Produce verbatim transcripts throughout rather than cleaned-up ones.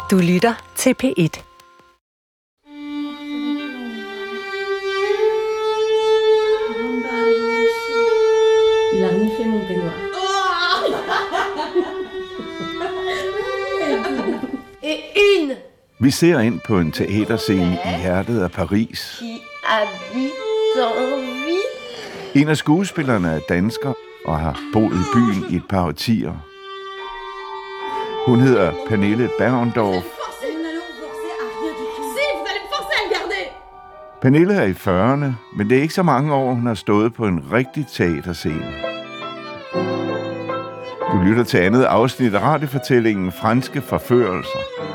Du lytter til P et. Il a rien fait, mon peignoir. Et une! Vi ser ind på en teaterscene i hjertet af Paris. Qui habite en ville. En af skuespillerne er dansker og har boet i byen i et par årtier. Hun hedder Pernille Bergendorf. Pernille er i fyrrerne, men det er ikke så mange år, hun har stået på en rigtig teaterscene. Du lytter til andet afsnit af radiofortællingen Franske Forførelser.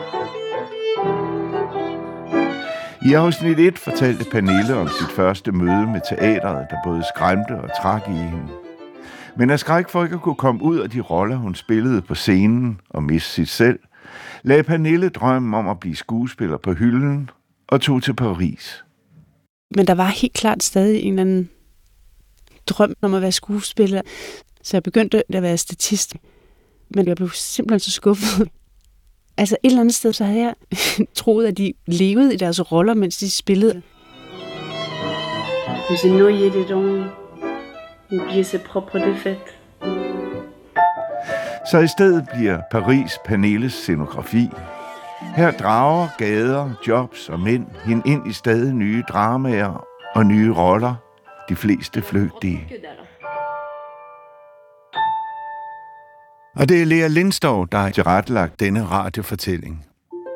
I afsnit et fortalte Pernille om sit første møde med teatret, der både skræmte og trak i hende. Men af skræk for ikke at kunne komme ud af de roller, hun spillede på scenen og miste sit selv, lagde Pernille drømmen om at blive skuespiller på hylden og tog til Paris. Men der var helt klart stadig en eller anden drøm om at være skuespiller, så jeg begyndte at være statist. Men jeg blev simpelthen så skuffet. Altså et eller andet sted, så havde jeg troet, at de levede i deres roller, mens de spillede. Je s'est noyé dedans, oublié ses propres défaites. Så i stedet bliver Paris Pernilles scenografi. Her drager gader, jobs og mænd hende ind i stadig nye dramaer og nye roller, de fleste flygtige. Og det er Lea Lindstorff, der har tilrettelagt denne radiofortælling.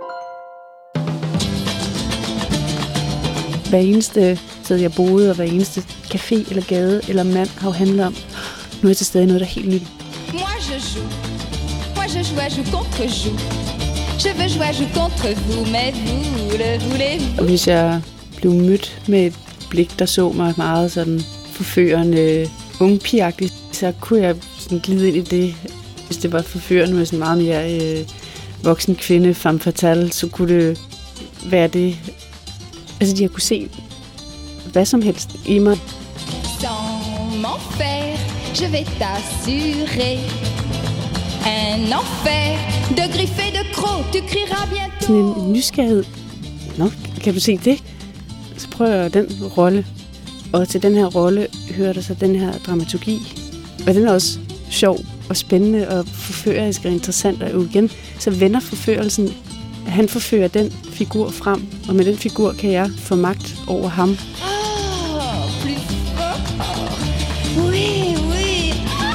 Hver eneste sted, jeg boede, og hver eneste café eller gade eller mand har jo handlet om, nu er jeg til stadig noget, der er helt nyt. Moi je joue, moi je joue, je joue contre joue. Je veux jouer, je joue contre vous, mais vous le voulez-vous. Og hvis jeg blev mødt med et blik, der så mig meget sådan forførende, ungpigagtigt, så kunne jeg sådan glide ind i det. Hvis det var forførende med sådan meget mere øh, voksen kvinde, femme fatale, så kunne det være det. Altså, de har kunne se hvad som helst i mig. Sans m'en faire, je vais t'assurer. Un enfer de griffes et de crocs, tu crieras bientôt. Sådan en, en nysgerrighed. Nå, kan du se det? Så prøver jeg den rolle. Og til den her rolle hører der så den her dramaturgi. Og den er også sjov og spændende og forførerisk og interessant. Og igen, så vender forførelsen. Han forfører den figur frem, og med den figur kan jeg få magt over ham. Oh, plus fort. Oui, oui.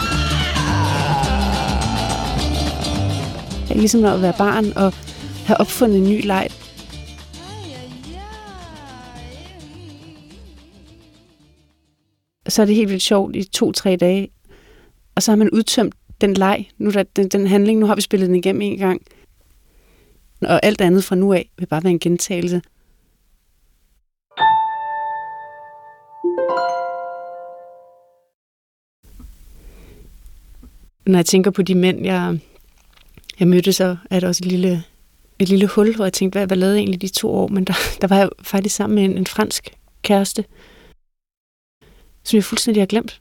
Det er ligesom at være barn og have opfundet en ny leg. Så er det helt vildt sjovt i to-tre dage. Og så har man udtømt den leg, nu der, den, den handling, nu har vi spillet den igennem en gang. Og alt andet fra nu af vil bare være en gentagelse. Når jeg tænker på de mænd, jeg, jeg mødte, så er der også et lille, et lille hul, hvor jeg tænkte, hvad, hvad lavede jeg egentlig de to år? Men der, der var jeg faktisk sammen med en, en fransk kæreste, som jeg fuldstændig har glemt.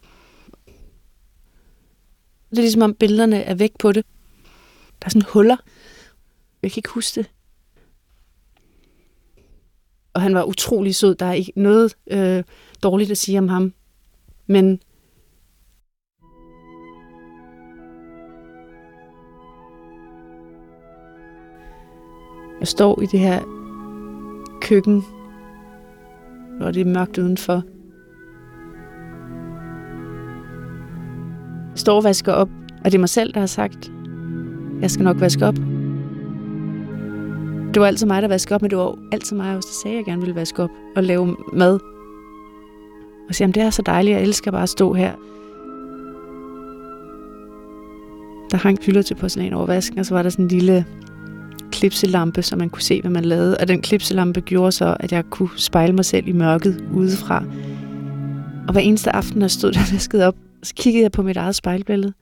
Det er ligesom om billederne er væk på det. Der er sådan huller. Jeg kan ikke huske det. Og han var utrolig sød. Der er ikke noget øh, dårligt at sige om ham. Men jeg står i det her køkken, og det er mørkt udenfor. Jeg står og vasker op, og det er mig selv, der har sagt, jeg skal nok vaske op. Det var altid mig, der vaskede op, men det var altid mig også, der sagde, at jeg gerne ville vaske op og lave mad. Og sige, det er så dejligt, jeg elsker bare at stå her. Der hang hylder til porcelæn over vasken, og så var der sådan en lille klipselampe, så man kunne se, hvad man lavede. Og den klipselampe gjorde så, at jeg kunne spejle mig selv i mørket udefra. Og hver eneste aften, når jeg stod der og vaskede op, så kiggede jeg på mit eget spejlbillede.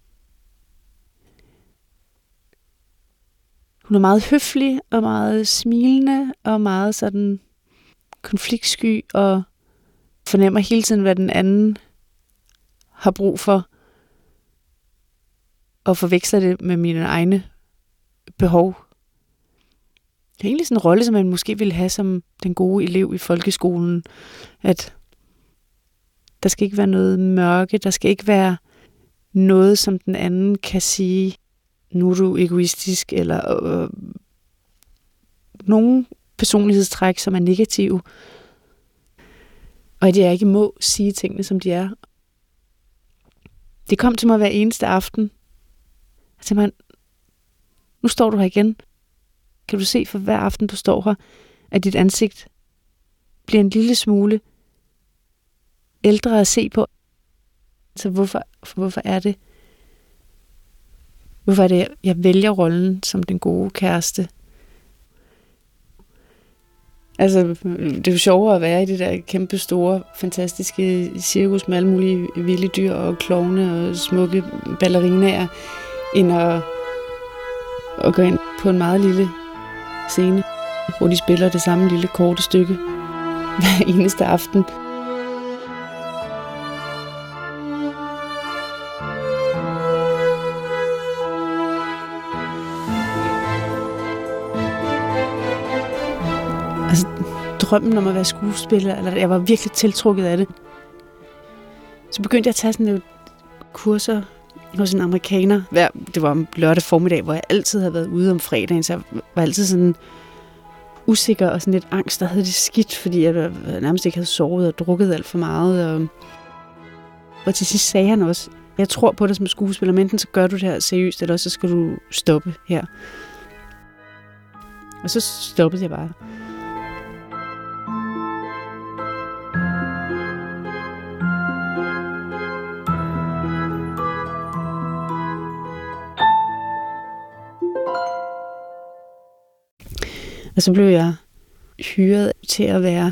Hun er meget høflig og meget smilende og meget sådan konfliktsky og fornemmer hele tiden, hvad den anden har brug for og forveksler det med mine egne behov. Det er egentlig sådan en rolle, som man måske ville have som den gode elev i folkeskolen. At der skal ikke være noget mørke, der skal ikke være noget, som den anden kan sige, nu er du egoistisk, eller øh, nogle personlighedstræk, som er negative. Og at jeg ikke må sige tingene, som de er. Det kom til mig hver eneste aften. Jeg tænkte, nu står du her igen. Kan du se for hver aften, du står her, at dit ansigt bliver en lille smule ældre at se på. Så hvorfor, hvorfor er det, hvorfor er det, jeg vælger rollen som den gode kæreste? Altså, det er jo sjovere at være i det der kæmpe store, fantastiske cirkus med alle mulige vilde dyr og klovne og smukke ballerinaer, end at, at gå ind på en meget lille scene, hvor de spiller det samme lille korte stykke hver eneste aften. Altså, drømmen om at være skuespiller, eller jeg var virkelig tiltrukket af det. Så begyndte jeg at tage sådan nogle kurser hos en amerikaner. Det var om lørdag formiddag, hvor jeg altid havde været ude om fredagen, så jeg var altid sådan usikker og sådan lidt angst, der havde det skidt, fordi jeg nærmest ikke havde sovet og drukket alt for meget. Og, og til sidst sagde han også, jeg tror på dig som skuespiller, men enten så gør du det her seriøst, eller så skal du stoppe her. Og så stoppede jeg bare. Og så blev jeg hyret til at være,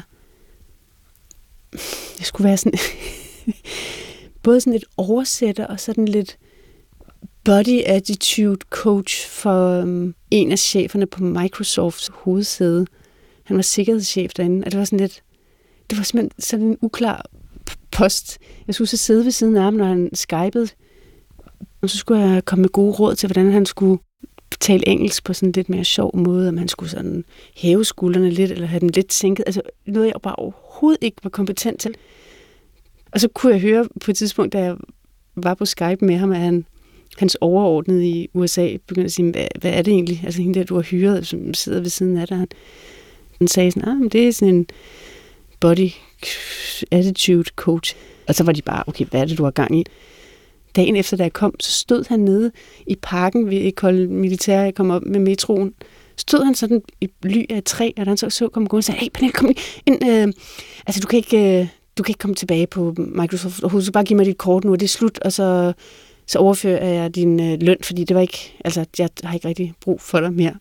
jeg skulle være sådan, både sådan lidt oversætter og sådan lidt body attitude coach for um, en af cheferne på Microsofts hovedsæde. Han var sikkerhedschef derinde, og det var sådan lidt, det var simpelthen sådan en uklar post. Jeg skulle så sidde ved siden af ham, når han skypede, og så skulle jeg komme med gode råd til, hvordan han skulle tale engelsk på sådan en lidt mere sjov måde, om han skulle sådan hæve skuldrene lidt, eller have dem lidt sænket. Altså noget, jeg bare overhovedet ikke var kompetent til. Og så kunne jeg høre på et tidspunkt, da jeg var på Skype med ham, at han, hans overordnede i U S A begyndte at sige, hvad, hvad er det egentlig? Altså hende der, du har hyret, som sidder ved siden af dig. Han, han sagde sådan, ah, men det er sådan en body attitude coach. Og så var de bare, okay, hvad er det, du har gang i? Dagen efter, da jeg kom, så stod han nede i parken ved École Militaire, jeg kom op med metroen. Stod han sådan i ly af et træ, og han så, så kom gå og sagde, hey Pernille, kom ind. Øh, altså, du kan, ikke, øh, du kan ikke komme tilbage på Microsoft. Du skal bare give mig dit kort nu, og det er slut, og så, så overfører jeg din øh, løn, fordi det var ikke, altså, jeg har ikke rigtig brug for dig mere.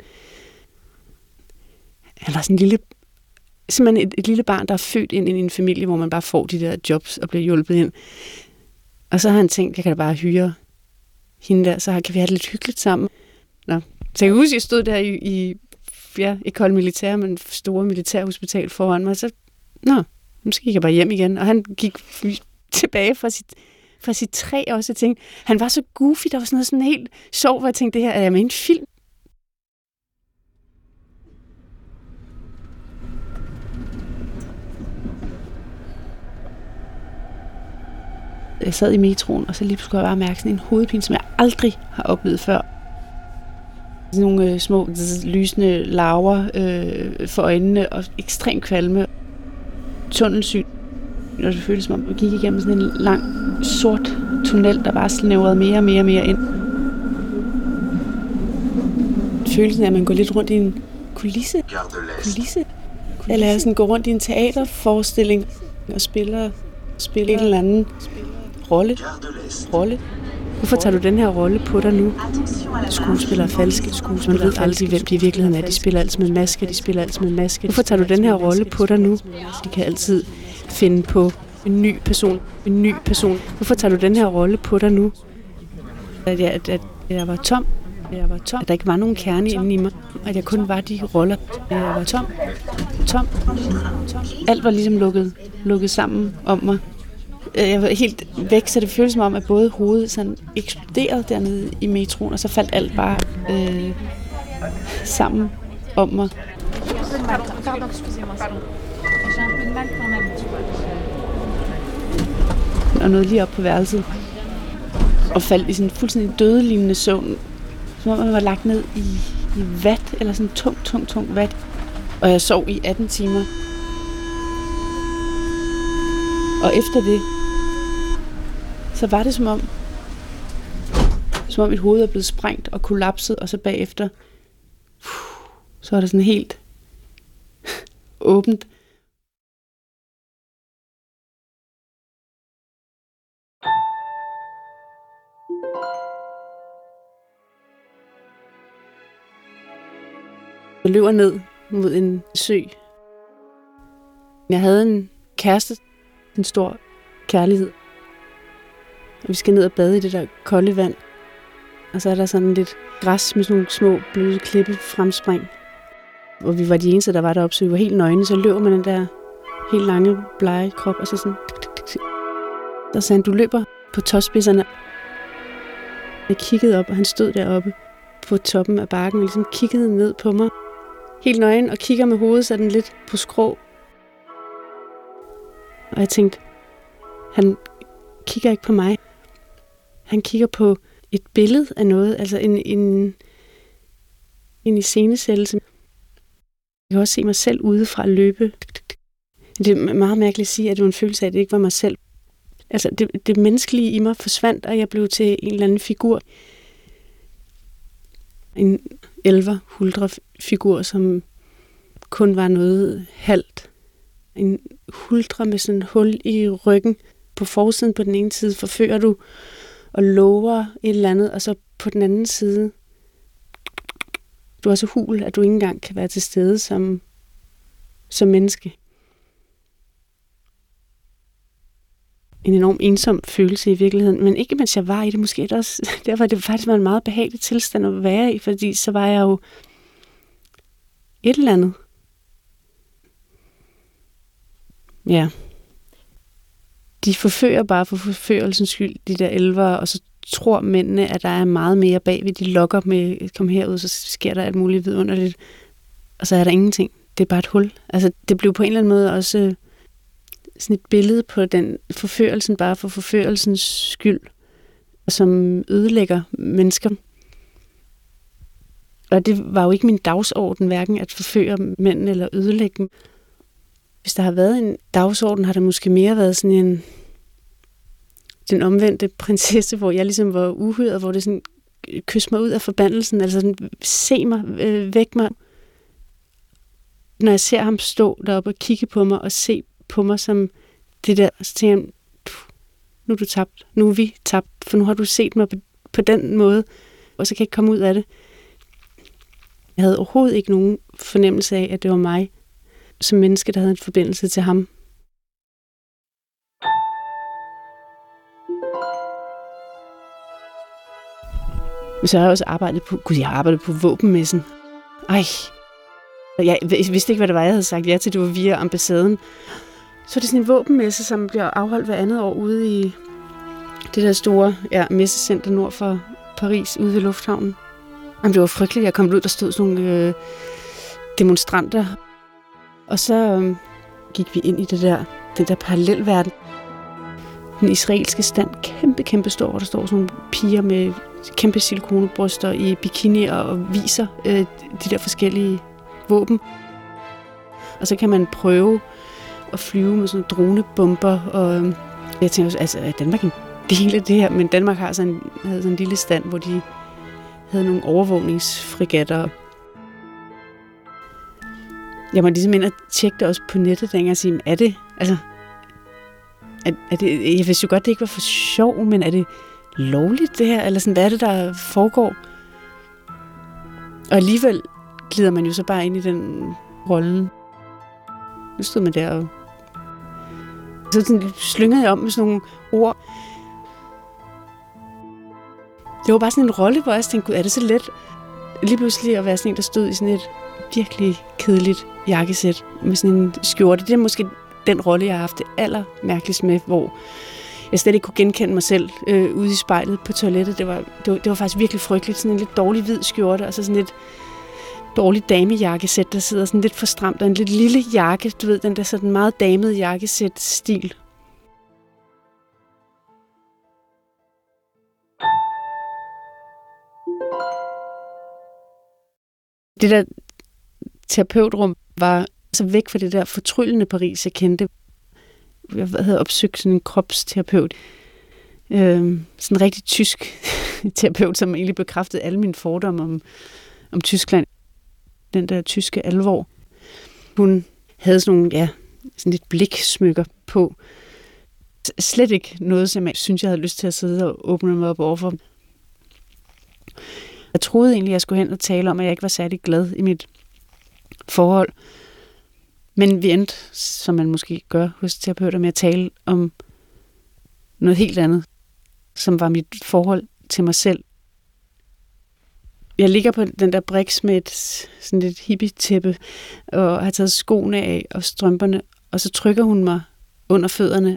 Han var sådan en lille, simpelthen et, et lille barn, der er født ind i en familie, hvor man bare får de der jobs og bliver hjulpet ind. Og så har han tænkt, jeg kan da bare hyre hende der, så kan vi have det lidt hyggeligt sammen. Nå. Så jeg kan huske, at jeg stod der i, i ja, École Militaire med en store militærhospital foran mig, så nå, nu skal jeg bare hjem igen. Og han gik tilbage fra sit, fra sit træ også, og tænkte, han var så goofy, der var sådan noget sådan helt sjov, hvor jeg tænkte, det her er jeg med en film. Jeg sad i metroen, og så lige pludselig kunne jeg bare mærke sådan en hovedpine, som jeg aldrig har oplevet før. Sådan nogle øh, små, lysende larver øh, for øjnene, og ekstrem kvalme. Tunnelsyn. Og det føltes som om, jeg gik igennem sådan en lang, sort tunnel, der bare snævrede mere og mere og mere ind. Følelsen af, at man går lidt rundt i en kulisse. Kulisse. Eller sådan går rundt i en teaterforestilling og spiller, spiller en eller anden rolle. rolle. Hvorfor tager du den her rolle på dig nu? Skuespillere er falske. Skuespillere ved aldrig, hvem de i virkeligheden er. De spiller altid med maske, de spiller altid med maske. Hvorfor tager du den her rolle på dig nu? De kan altid finde på en ny person. En ny person. Hvorfor tager du den her rolle på dig nu? At jeg, at, at jeg var tom. Jeg var tom. At der ikke var nogen kerne inde i mig. At jeg kun var de roller. Jeg var tom. Tom. Alt var ligesom lukket, lukket sammen om mig. Jeg var helt væk, så det føltes som om, at både hovedet sådan eksploderede dernede i metroen, og så faldt alt bare øh, sammen om mig. Pardon, excusez-moi. Pardon. J'ai un peu de mal quand même, tu vois. Og nåede lige op på værelset. Og faldt i sådan en fuldstændig dødelignende søvn. Som om man var lagt ned i, i vat, eller sådan tung, tung, tung vat. Og jeg sov i atten timer. Og efter det, så var det som om, som om mit hoved er blevet sprængt og kollapset, og så bagefter, så er det sådan helt åbent. Jeg løber ned mod en sø. Jeg havde en kæreste, en stor kærlighed. Og vi skal ned og bade i det der kolde vand. Og så er der sådan lidt græs med sådan nogle små bløde klippe fremspring. Og vi var de eneste, der var deroppe, så vi var helt nøgne. Så løber man den der helt lange, blege krop, og så sådan... Der sagde han, du løber på tåspidserne. Jeg kiggede op, og han stod deroppe på toppen af bakken og ligesom kiggede ned på mig. Helt nøgen og kigger med hovedet sådan lidt på skrå. Og jeg tænkte, han kigger ikke på mig. Han kigger på et billede af noget, altså en, en, en iscenesættelse. Jeg kan også se mig selv udefra løbe. Det er meget mærkeligt at sige, at det var en følelse af, at det ikke var mig selv. Altså det, det menneskelige i mig forsvandt, og jeg blev til en eller anden figur. En elver-huldre figur, som kun var noget halvt. En huldre med sådan et hul i ryggen. På forsiden på den ene side forfører du og lover et eller andet, og så på den anden side, du er så hul, at du ikke engang kan være til stede som, som menneske. En enorm ensom følelse i virkeligheden, men ikke mens jeg var i det, måske det også, derfor det faktisk var en meget behagelig tilstand at være i, fordi så var jeg jo et eller andet. Ja. De forfører bare for forførelsens skyld, de der elvere, og så tror mændene, at der er meget mere bagved. De lokker med, kom herud, så sker der alt muligt vidunderligt, og så er der ingenting. Det er bare et hul. Altså, det blev på en eller anden måde også sådan et billede på den forførelsen, bare for forførelsens skyld, som ødelægger mennesker. Og det var jo ikke min dagsorden, hverken at forføre mænd eller ødelægge dem. Hvis der har været en dagsorden, har der måske mere været sådan en den omvendte prinsesse, hvor jeg ligesom var uhøret, hvor det sådan kys mig ud af forbandelsen, altså sådan, se mig, øh, væk mig. Når jeg ser ham stå deroppe og kigge på mig og se på mig som det der, så tænker jeg, nu er du tabt, nu er vi tabt, for nu har du set mig på, på den måde, og så kan jeg ikke komme ud af det. Jeg havde overhovedet ikke nogen fornemmelse af, at det var mig som menneske, der havde en forbindelse til ham. Så har jeg også arbejdet på, gud, jeg har arbejdet på våbenmessen. Ej, jeg vidste ikke, hvad det var, jeg havde sagt ja til, det var via ambassaden. Så er det sådan en våbenmesse, som bliver afholdt hver andet år ude i det der store ja, messecenter nord for Paris, ude ved lufthavnen. Jamen, det var frygteligt. Jeg kom ud, der stod sådan nogle øh, demonstranter. Og så øh, gik vi ind i det der, den der parallelverden. Den israelske stand, kæmpe, kæmpe stor, hvor der står sådan nogle piger med kæmpe silikonebryster i bikini og viser øh, de der forskellige våben. Og så kan man prøve at flyve med sådan dronebomber. Og øh, jeg tænker også, altså, er Danmark en del af det her? Men Danmark har sådan en, havde sådan en lille stand, hvor de havde nogle overvågningsfregatter. Jeg må ligesom ind og tjekke det også på nettet, dengang og sige, er det, altså, er, er det, jeg vidste jo godt, det ikke var for sjov, men er det lovligt det her, eller sådan, hvad er det, der foregår? Og alligevel glider man jo så bare ind i den rolle. Nu stod man der og så sådan slyngede jeg om med sådan nogle ord. Det var bare sådan en rolle, hvor jeg tænkte, gud, er det så let lige pludselig at være sådan en, der stod i sådan et virkelig kedeligt jakkesæt med sådan en skjorte. Det er måske den rolle, jeg har haft det allermærkeligst med, hvor jeg slet ikke kunne genkende mig selv øh, ude i spejlet på toilettet. Det var, det, var, det var faktisk virkelig frygteligt. Sådan en lidt dårlig hvid skjorte, og så sådan et dårlig damejakkesæt, der sidder sådan lidt for stramt, og en lidt lille jakke, du ved, den der sådan meget damede jakkesæt-stil. Det der terapeutrum var så væk fra det der fortryllende Paris, jeg kendte. Jeg havde opsøgt sådan en kropsterapeut. Øhm, sådan en rigtig tysk terapeut, som egentlig bekræftede alle mine fordomme om, om Tyskland. Den der tyske alvor. Hun havde sådan nogle, ja, sådan lidt bliksmykker på. Slet ikke noget, som jeg synes, jeg havde lyst til at sidde og åbne mig op overfor. Jeg troede egentlig, jeg skulle hen og tale om, at jeg ikke var særlig glad i mit forhold. Men vi endte, som man måske gør hos terapeuter, med at tale om noget helt andet, som var mit forhold til mig selv. Jeg ligger på den der briks med et sådan et hippie-tæppe, og har taget skoene af og strømperne, og så trykker hun mig under fødderne.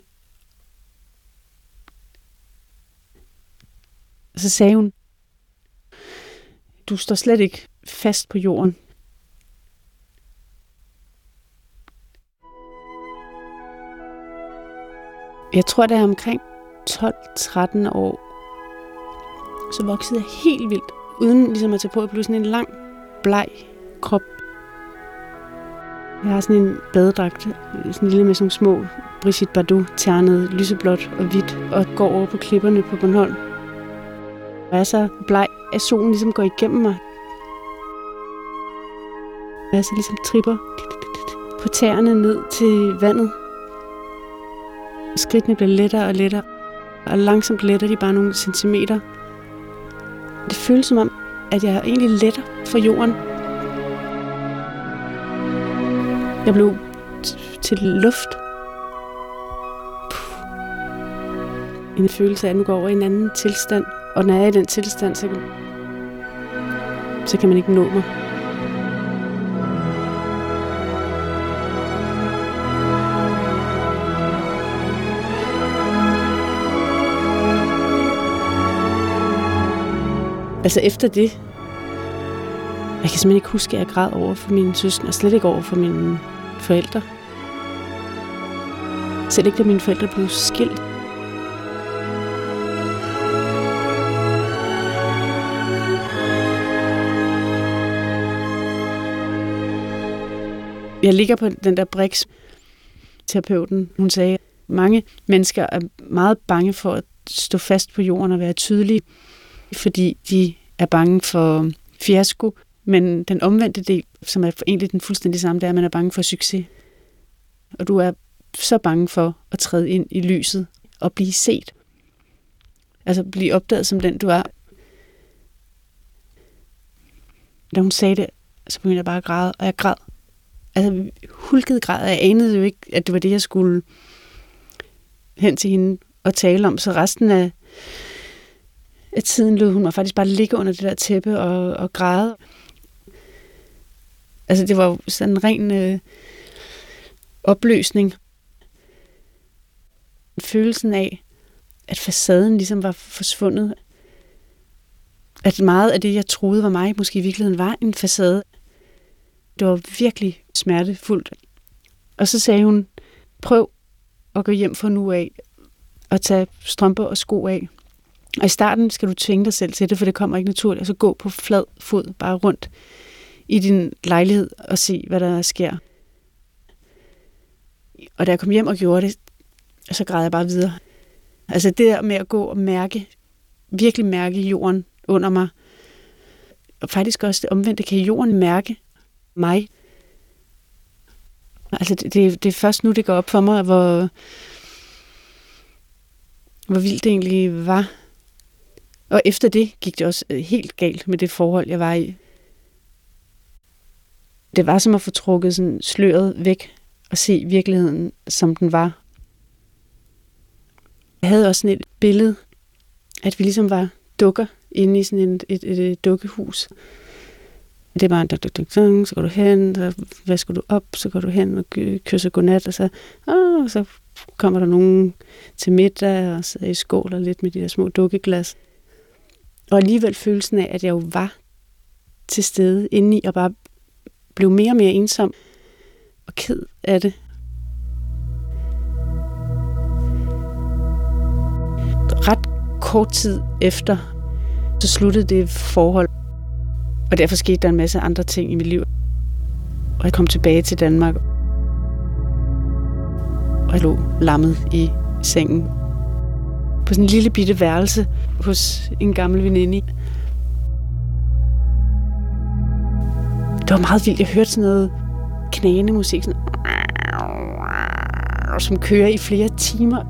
Og så sagde hun, du står slet ikke fast på jorden. Jeg tror, det er omkring tolv tretten år, så voksede jeg helt vildt, uden ligesom at tage på, at blive sådan en lang, bleg krop. Jeg har sådan en badedragt, sådan en lille med sådan små Brigitte Bardot-ternede, lyseblåt og hvidt, og går over på klipperne på Bornholm. Jeg er så bleg, at solen ligesom går igennem mig. Jeg så ligesom tripper på tæerne ned til vandet. Skridtene bliver lettere og lettere, og langsomt letter de bare nogle centimeter. Det føles som om, at jeg egentlig letter for jorden. Jeg blev t- til luft. Puh. En følelse af, at nu går over i en anden tilstand. Og når jeg er i den tilstand, så, så kan man ikke nå mig. Altså efter det, jeg kan simpelthen ikke huske, at jeg græd over for mine søskende, og slet ikke over for mine forældre. Selv ikke da mine forældre blev skilt. Jeg ligger på den der briks. Terapeuten, hun sagde, at mange mennesker er meget bange for at stå fast på jorden og være tydelige, fordi de er bange for fiasko. Men den omvendte del, som er egentlig den fuldstændig samme, det er, at man er bange for succes. Og du er så bange for at træde ind i lyset og blive set. Altså blive opdaget som den, du er. Da hun sagde det, så begyndte jeg bare at græde, og jeg græd. Altså hulket græd, og jeg anede jo ikke, at det var det, jeg skulle hen til hende og tale om. Så resten af, af tiden lod hun mig faktisk bare ligge under det der tæppe og, og græde. Altså det var jo sådan en ren øh, opløsning. Følelsen af, at facaden ligesom var forsvundet. At meget af det, jeg troede var mig, måske i virkeligheden var en facade. Det var virkelig smertefuldt. Og så sagde hun, prøv at gå hjem fra nu af og tage strømper og sko af. Og i starten skal du tvinge dig selv til det, for det kommer ikke naturligt. Og så gå på flad fod, bare rundt i din lejlighed og se, hvad der sker. Og da jeg kom hjem og gjorde det, så græd jeg bare videre. Altså det der med at gå og mærke, virkelig mærke jorden under mig. Og faktisk også det omvendte, kan jorden mærke mig. Altså det, det, det er først nu, det går op for mig, hvor, hvor vildt det egentlig var. Og efter det gik det også helt galt med det forhold, jeg var i. Det var som at få trukket sådan sløret væk og se virkeligheden, som den var. Jeg havde også sådan et billede, at vi ligesom var dukker inde i sådan et, et, et, et dukkehus. Det var en duk, duk, duk, duk, så går du hen, så vasker du op, så går du hen og kysser godnat, og så, åh, så kommer der nogen til middag og sidder i skåler lidt med de der små dukkeglas. Og alligevel følelsen af, at jeg jo var til stede indeni, og bare blev mere og mere ensom og ked af det. Ret kort tid efter, så sluttede det forhold, og derfor skete der en masse andre ting i mit liv. Og jeg kom tilbage til Danmark, og jeg lå lammet i sengen på sådan en lille bitte værelse hos en gammel veninde. Det var meget vildt. Jeg hørte sådan noget knagende musik, sådan, som kører i flere timer.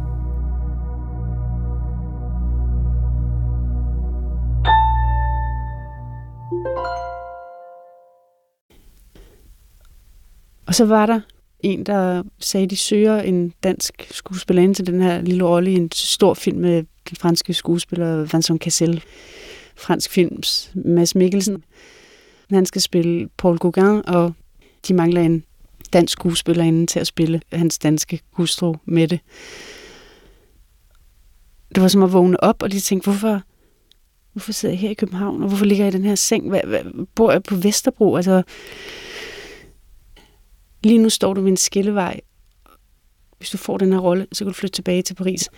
Og så var der en, der sagde, at de søger en dansk skuespillerinde til den her lille rolle i en stor film med den franske skuespiller Vincent Cassel. Fransk films Mads Mikkelsen. Han skal spille Paul Gauguin, og de mangler en dansk skuespillerinde til at spille hans danske hustru Mette. Det var som at vågne op, og de tænkte, hvorfor, hvorfor sidder jeg her i København, og hvorfor ligger jeg i den her seng? Hvad, hvad, bor jeg på Vesterbro? Altså, lige nu står du ved en skillevej. Hvis du får den her rolle, så kan du flytte tilbage til Paris.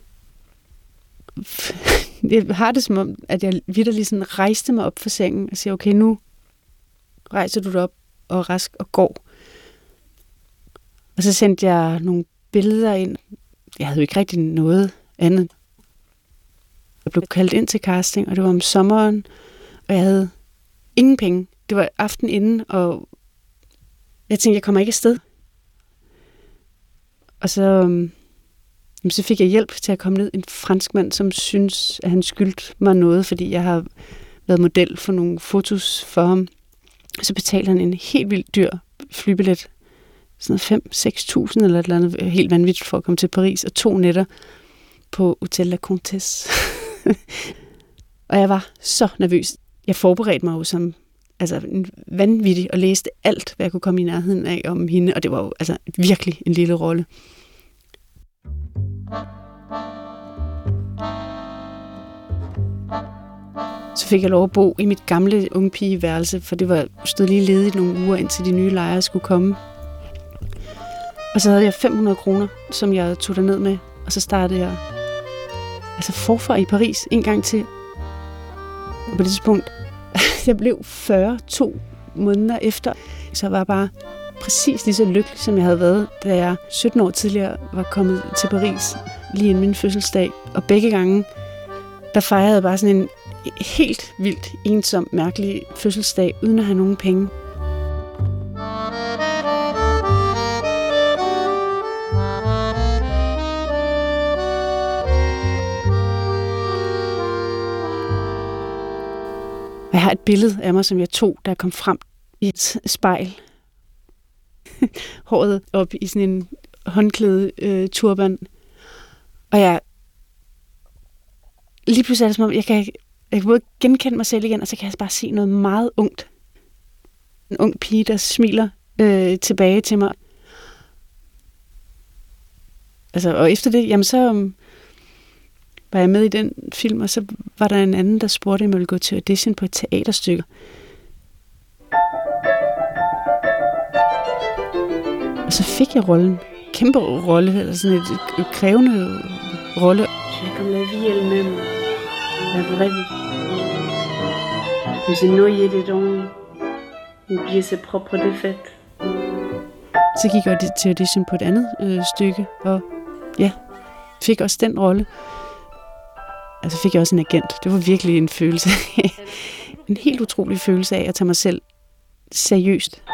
Jeg har det som om, at jeg vitterligt sådan rejste mig op fra sengen og siger, okay, nu rejser du dig op og rask og går. Og så sendte jeg nogle billeder ind. Jeg havde jo ikke rigtig noget andet. Jeg blev kaldt ind til casting, og det var om sommeren, og jeg havde ingen penge. Det var aften inden, og jeg tænkte, jeg kommer ikke afsted. Og så, så fik jeg hjælp til at komme ned. En franskmand, som synes, at han skyldte mig noget, fordi jeg har været model for nogle fotos for ham. Og så betalte han en helt vildt dyr flybillet. Sådan fem til seks tusind eller et eller andet helt vanvittigt for at komme til Paris. Og to nætter på Hotel La Comtesse. Og jeg var så nervøs. Jeg forberedte mig jo som altså vanvittig og læste alt, hvad jeg kunne komme i nærheden af om hende. Og det var jo altså virkelig en lille rolle. Så fik jeg lov at bo i mit gamle unge pigeværelse, for det var stod lige ledigt nogle uger, indtil de nye lejere skulle komme. Og så havde jeg fem hundrede kroner, som jeg tog derned med, og så startede jeg altså forfra i Paris en gang til. Og på det tidspunkt, jeg blev fyrre to måneder efter, så var jeg bare præcis lige så lykkelig, som jeg havde været, da jeg sytten år tidligere var kommet til Paris, lige inden min fødselsdag. Og begge gange, der fejrede jeg bare sådan en helt vildt ensom, mærkelig fødselsdag, uden at have nogen penge. Jeg har et billede af mig, som jeg tog, da jeg kom frem i et spejl. Håret op i sådan en håndklæde øh, turban. Og jeg lige pludselig er det som om, jeg kan, jeg kan både genkende mig selv igen, og så kan jeg bare se noget meget ungt. En ung pige, der smiler øh, tilbage til mig. Altså, og efter det, jamen så um, var jeg med i den film, og så var der en anden, der spurgte, om jeg ville gå til audition på et teaterstykke. Og så fik jeg rollen. Kæmpe rolle, eller sådan et, et krævende rolle. C'est comme la vie elle-même, la vraie vie. On s'est noyé dedans, oublier ses propres défaites. Så gik jeg til audition på et andet øh, stykke, og ja, fik også den rolle. Altså fik jeg også en agent. Det var virkelig en følelse af, en helt utrolig følelse af at tage mig selv seriøst.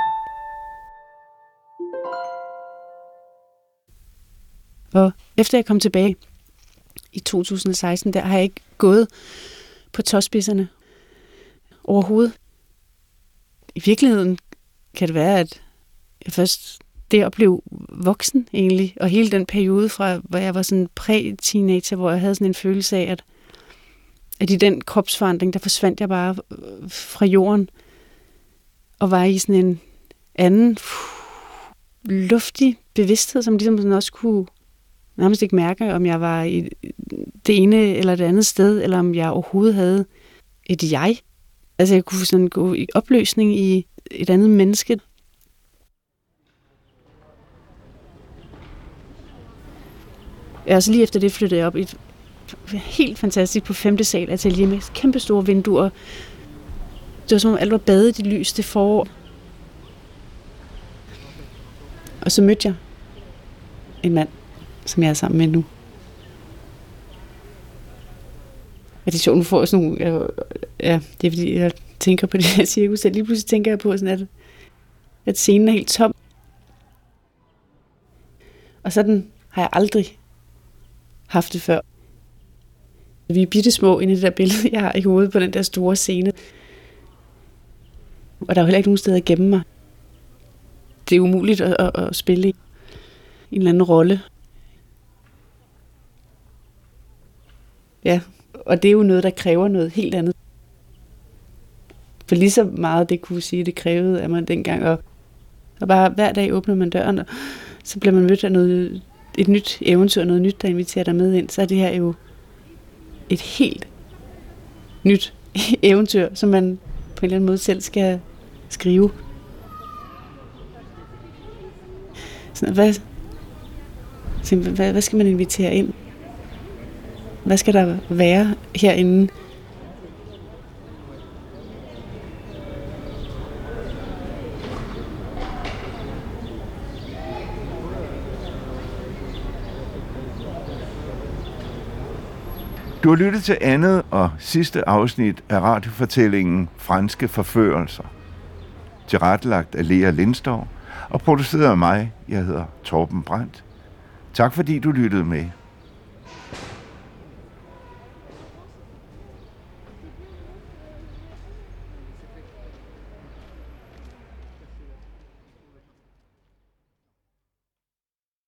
Og efter jeg kom tilbage i to tusind og seksten, der har jeg ikke gået på tåspidserne overhovedet. I virkeligheden kan det være, at jeg først det at blive voksen egentlig, og hele den periode fra, hvor jeg var sådan præ-teenager, hvor jeg havde sådan en følelse af, at, at i den kropsforandring, der forsvandt jeg bare fra jorden, og var i sådan en anden luftig bevidsthed, som ligesom sådan også kunne nærmest ikke mærke, om jeg var i det ene eller det andet sted, eller om jeg overhovedet havde et jeg. Altså, jeg kunne sådan gå i opløsning i et andet menneske. Jeg også lige efter det flyttede jeg op i et helt fantastisk på femte sal atelier med kæmpe store vinduer. Det var som om alt var badet i lys det forår. Og så mødte jeg en mand, som jeg er sammen med nu. Og det er sjovt, nu får jeg sådan nogle... Ja, det er fordi, jeg tænker på det her cirkus. Lige pludselig tænker jeg på, sådan at, at scenen er helt tom. Og sådan har jeg aldrig haft det før. Vi er bittesmå inde i det der billede, jeg har i hovedet på den der store scene. Og der er jo heller ikke nogen steder at gemme mig. Det er umuligt at, at, at spille i en eller anden rolle. Ja, og det er jo noget, der kræver noget helt andet. For lige så meget det kunne sige, det krævede af mig dengang. Og, og bare hver dag åbner man døren, og så bliver man mødt af noget, et nyt eventyr, noget nyt, der inviterer dig med ind. Så er det her jo et helt nyt eventyr, som man på en eller anden måde selv skal skrive. Sådan, hvad, hvad, hvad skal man invitere ind? Hvad skal der være herinde? Du har lyttet til andet og sidste afsnit af radiofortællingen Franske Forførelser. Tilrettelagt af Lea Lindstorff og produceret af mig. Jeg hedder Torben Brandt. Tak fordi du lyttede med.